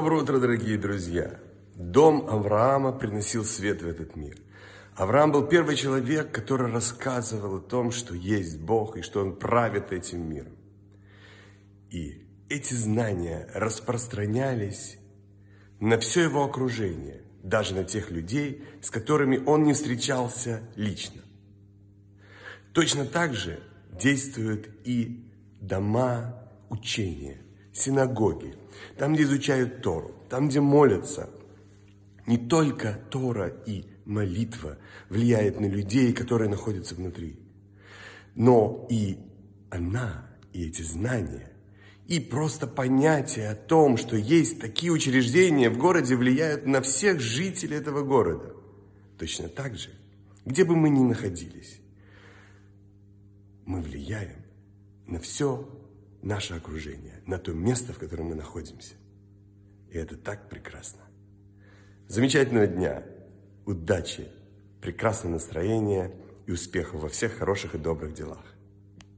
Доброе утро, дорогие друзья! Дом Авраама приносил свет в этот мир. Авраам был первый человек, который рассказывал о том, что есть Бог и что Он правит этим миром. И эти знания распространялись на все его окружение, даже на тех людей, с которыми он не встречался лично. Точно так же действуют и дома учения, синагоги, там, где изучают Тору, там, где молятся. Не только Тора и молитва влияет на людей, которые находятся внутри, но и она, и эти знания, и просто понятие о том, что есть такие учреждения в городе, влияют на всех жителей этого города. Точно так же, где бы мы ни находились, мы влияем на все наше окружение, на то место, в котором мы находимся. И это так прекрасно. Замечательного дня, удачи, прекрасного настроения и успехов во всех хороших и добрых делах.